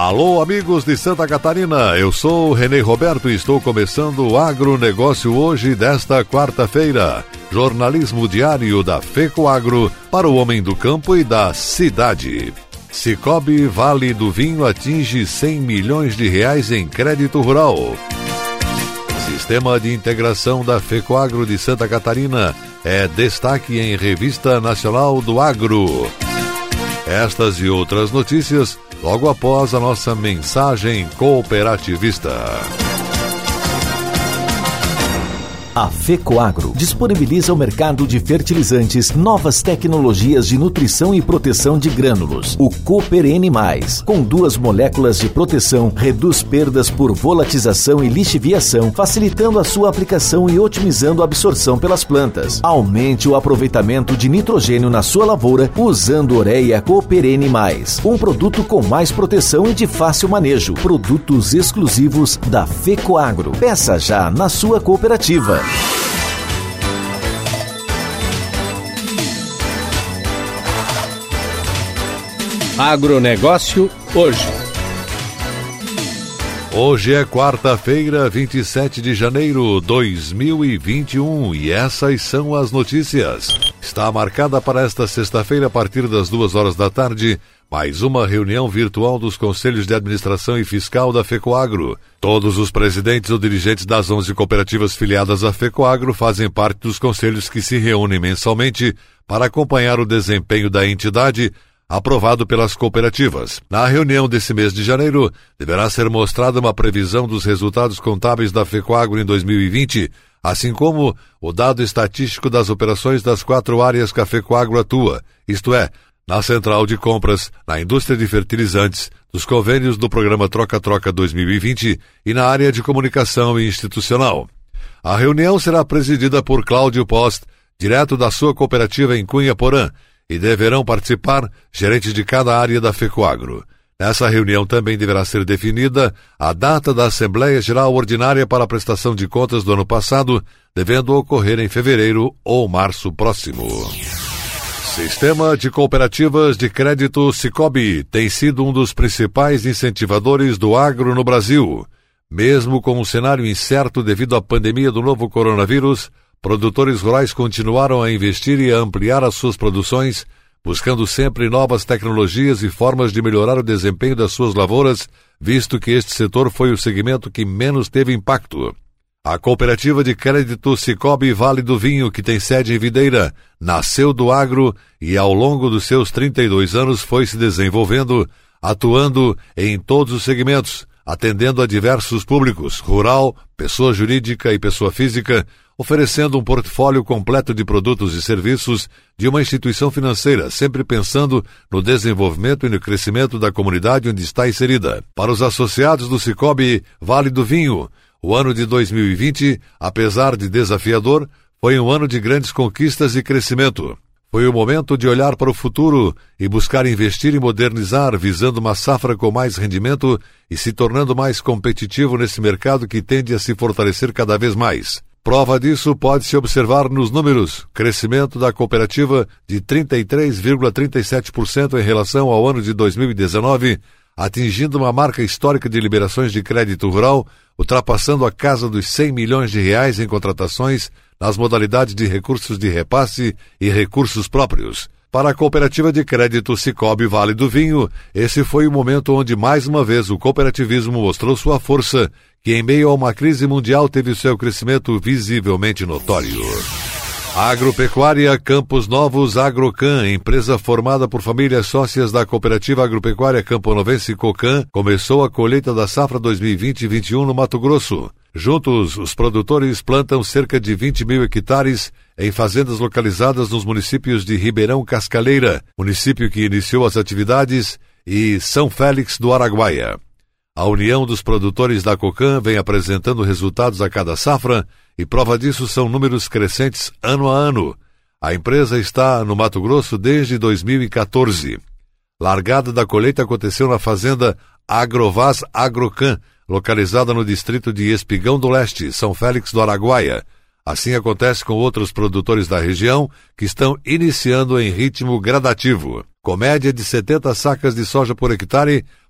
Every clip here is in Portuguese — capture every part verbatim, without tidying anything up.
Alô, amigos de Santa Catarina, eu sou o Renê Roberto e estou começando o Agronegócio hoje desta quarta-feira. Jornalismo diário da FECOAGRO para o homem do campo e da cidade. Cicobi Vale do Vinho atinge cem milhões de reais em crédito rural. Sistema de integração da FECOAGRO de Santa Catarina é destaque em Revista Nacional do Agro. Estas e outras notícias logo após a nossa mensagem cooperativista. A FECOAGRO disponibiliza ao mercado de fertilizantes novas tecnologias de nutrição e proteção de grânulos. O Cooper N mais, com duas moléculas de proteção, reduz perdas por volatização e lixiviação, facilitando a sua aplicação e otimizando a absorção pelas plantas. Aumente o aproveitamento de nitrogênio na sua lavoura usando Ureia Cooper N mais, um produto com mais proteção e de fácil manejo. Produtos exclusivos da FECOAGRO. Peça já na sua cooperativa. Agronegócio hoje. Hoje é quarta-feira, vinte e sete de janeiro de dois mil e vinte e um e essas são as notícias. Está marcada para esta sexta-feira, a partir das duas horas da tarde, mais uma reunião virtual dos Conselhos de Administração e Fiscal da FECOAGRO. Todos os presidentes ou dirigentes das onze cooperativas filiadas à FECOAGRO fazem parte dos conselhos que se reúnem mensalmente para acompanhar o desempenho da entidade, aprovado pelas cooperativas. Na reunião desse mês de janeiro, deverá ser mostrada uma previsão dos resultados contábeis da FECOAGRO em dois mil e vinte, assim como o dado estatístico das operações das quatro áreas que a FECOAGRO atua, isto é, na Central de Compras, na indústria de fertilizantes, dos convênios do programa Troca-Troca dois mil e vinte e na área de comunicação e institucional. A reunião será presidida por Cláudio Post, direto da sua cooperativa em Cunha Porã, e deverão participar gerentes de cada área da FECOAGRO. Nessa reunião também deverá ser definida a data da Assembleia Geral Ordinária para a prestação de contas do ano passado, devendo ocorrer em fevereiro ou março próximo. Sistema de Cooperativas de Crédito Cicobi tem sido um dos principais incentivadores do agro no Brasil. Mesmo com um cenário incerto devido à pandemia do novo coronavírus, produtores rurais continuaram a investir e a ampliar as suas produções, buscando sempre novas tecnologias e formas de melhorar o desempenho das suas lavouras, visto que este setor foi o segmento que menos teve impacto. A cooperativa de crédito Cicobi Vale do Vinho, que tem sede em Videira, nasceu do agro e ao longo dos seus trinta e dois anos foi se desenvolvendo, atuando em todos os segmentos, atendendo a diversos públicos, rural, pessoa jurídica e pessoa física, oferecendo um portfólio completo de produtos e serviços de uma instituição financeira, sempre pensando no desenvolvimento e no crescimento da comunidade onde está inserida. Para os associados do Cicobi Vale do Vinho, o ano de dois mil e vinte, apesar de desafiador, foi um ano de grandes conquistas e crescimento. Foi o momento de olhar para o futuro e buscar investir e modernizar, visando uma safra com mais rendimento e se tornando mais competitivo nesse mercado que tende a se fortalecer cada vez mais. Prova disso pode-se observar nos números: crescimento da cooperativa de trinta e três vírgula trinta e sete por cento em relação ao ano de dois mil e dezenove, atingindo uma marca histórica de liberações de crédito rural, ultrapassando a casa dos cem milhões de reais em contratações nas modalidades de recursos de repasse e recursos próprios. Para a cooperativa de crédito Cicobi Vale do Vinho, esse foi o momento onde mais uma vez o cooperativismo mostrou sua força, que em meio a uma crise mundial teve seu crescimento visivelmente notório. Agropecuária Campos Novos Agrocan, empresa formada por famílias sócias da Cooperativa Agropecuária Camponovense Cocan, começou a colheita da safra dois mil e vinte e vinte e um no Mato Grosso. Juntos, os produtores plantam cerca de vinte mil hectares em fazendas localizadas nos municípios de Ribeirão Cascaleira, município que iniciou as atividades, e São Félix do Araguaia. A união dos produtores da Cocan vem apresentando resultados a cada safra e prova disso são números crescentes ano a ano. A empresa está no Mato Grosso desde dois mil e quatorze. Largada da colheita aconteceu na fazenda Agrovaz Agrocan, localizada no distrito de Espigão do Leste, São Félix do Araguaia. Assim acontece com outros produtores da região que estão iniciando em ritmo gradativo. Com média de setenta sacas de soja por hectare,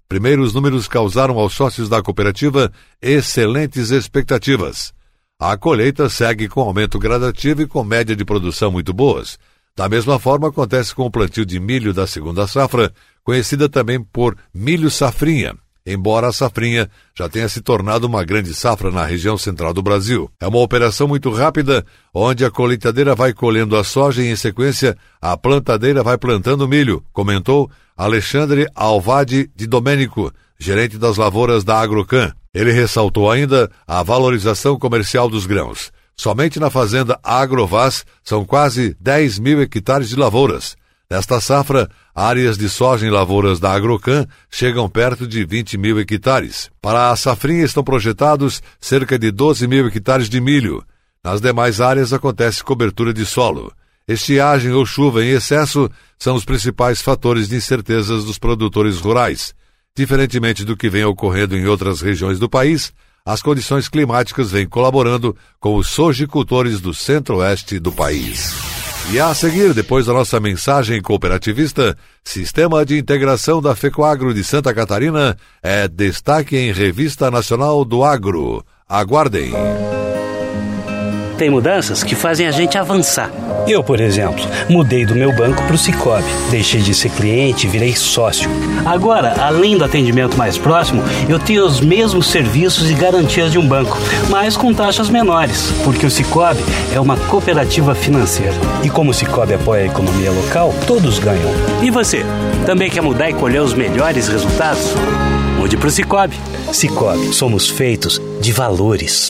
Primeiros números causaram aos sócios da cooperativa excelentes expectativas. A colheita segue com aumento gradativo e com média de produção muito boas. Da mesma forma, acontece com o plantio de milho da segunda safra, conhecida também por milho safrinha, embora a safrinha já tenha se tornado uma grande safra na região central do Brasil. É uma operação muito rápida, onde a colheitadeira vai colhendo a soja e, em sequência, a plantadeira vai plantando milho, comentou Alexandre Alvade de Domênico, gerente das lavouras da Agrocan. Ele ressaltou ainda a valorização comercial dos grãos. Somente na fazenda Agrovaz são quase dez mil hectares de lavouras. Nesta safra, áreas de soja em lavouras da Agrocan chegam perto de vinte mil hectares. Para a safrinha estão projetados cerca de doze mil hectares de milho. Nas demais áreas acontece cobertura de solo. Estiagem ou chuva em excesso são os principais fatores de incertezas dos produtores rurais. Diferentemente do que vem ocorrendo em outras regiões do país, as condições climáticas vêm colaborando com os sojicultores do centro-oeste do país. E a seguir, depois da nossa mensagem cooperativista, Sistema de Integração da FECOAGRO de Santa Catarina é destaque em Revista Nacional do Agro. Aguardem. Tem mudanças que fazem a gente avançar. Eu, por exemplo, mudei do meu banco para o Sicoob. Deixei de ser cliente e virei sócio. Agora, além do atendimento mais próximo, eu tenho os mesmos serviços e garantias de um banco, mas com taxas menores, porque o Sicoob é uma cooperativa financeira. E como o Sicoob apoia a economia local, todos ganham. E você? Também quer mudar e colher os melhores resultados? Mude para o Sicoob. Sicoob, somos feitos de valores.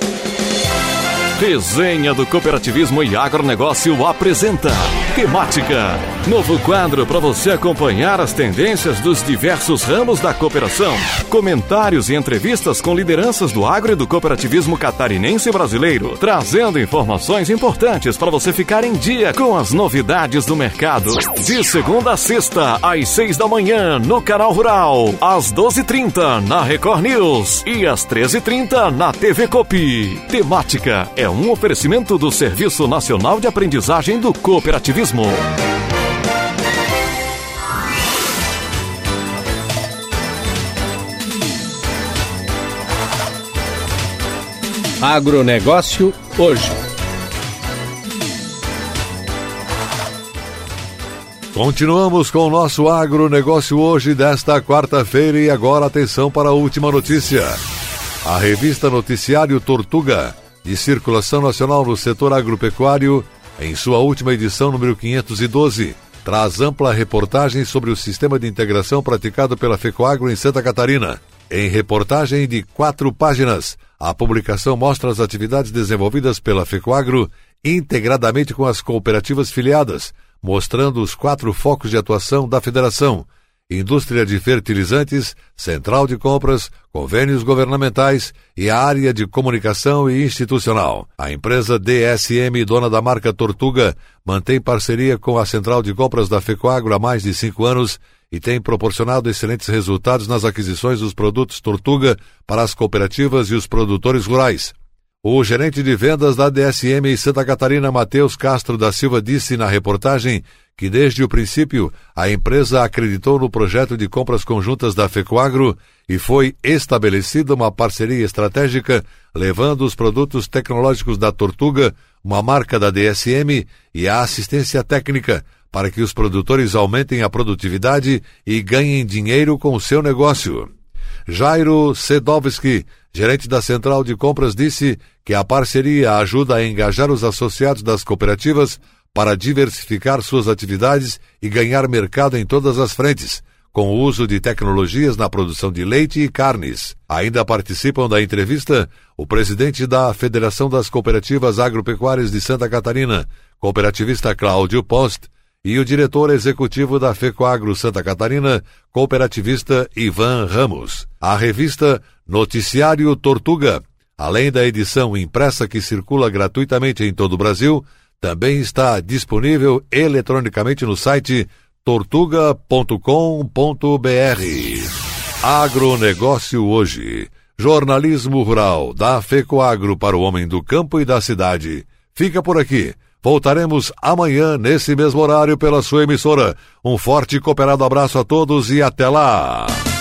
Resenha do Cooperativismo e Agronegócio apresenta Temática. Novo quadro para você acompanhar as tendências dos diversos ramos da cooperação. Comentários e entrevistas com lideranças do agro e do cooperativismo catarinense e brasileiro, trazendo informações importantes para você ficar em dia com as novidades do mercado. De segunda a sexta, às seis da manhã, no Canal Rural, às doze e trinta, na Record News e às treze e trinta, na T V Copi. Temática é um oferecimento do Serviço Nacional de Aprendizagem do Cooperativismo. Agronegócio hoje. Continuamos com o nosso agronegócio hoje desta quarta-feira e agora atenção para a última notícia. A revista Noticiário Tortuga, de circulação nacional no setor agropecuário, em sua última edição número quinhentos e doze, traz ampla reportagem sobre o sistema de integração praticado pela FECOAGRO em Santa Catarina. Em reportagem de quatro páginas, a publicação mostra as atividades desenvolvidas pela FECOAGRO integradamente com as cooperativas filiadas, mostrando os quatro focos de atuação da federação: indústria de fertilizantes, central de compras, convênios governamentais e a área de comunicação e institucional. A empresa D S M, dona da marca Tortuga, mantém parceria com a central de compras da FECOAGRO há mais de cinco anos e tem proporcionado excelentes resultados nas aquisições dos produtos Tortuga para as cooperativas e os produtores rurais. O gerente de vendas da D S M em Santa Catarina, Matheus Castro da Silva, disse na reportagem que desde o princípio a empresa acreditou no projeto de compras conjuntas da FECOAGRO e foi estabelecida uma parceria estratégica levando os produtos tecnológicos da Tortuga, uma marca da D S M, e a assistência técnica para que os produtores aumentem a produtividade e ganhem dinheiro com o seu negócio. Jairo Sedovski, gerente da Central de Compras, disse que a parceria ajuda a engajar os associados das cooperativas para diversificar suas atividades e ganhar mercado em todas as frentes, com o uso de tecnologias na produção de leite e carnes. Ainda participam da entrevista o presidente da Federação das Cooperativas Agropecuárias de Santa Catarina, cooperativista Cláudio Post, e o diretor executivo da FECOAGRO Santa Catarina, cooperativista Ivan Ramos. A revista Noticiário Tortuga, além da edição impressa que circula gratuitamente em todo o Brasil, também está disponível eletronicamente no site tortuga ponto com ponto br. Agronegócio hoje. Jornalismo rural da FECOAGRO para o homem do campo e da cidade. Fica por aqui. Voltaremos amanhã, nesse mesmo horário, pela sua emissora. Um forte e cooperado abraço a todos e até lá!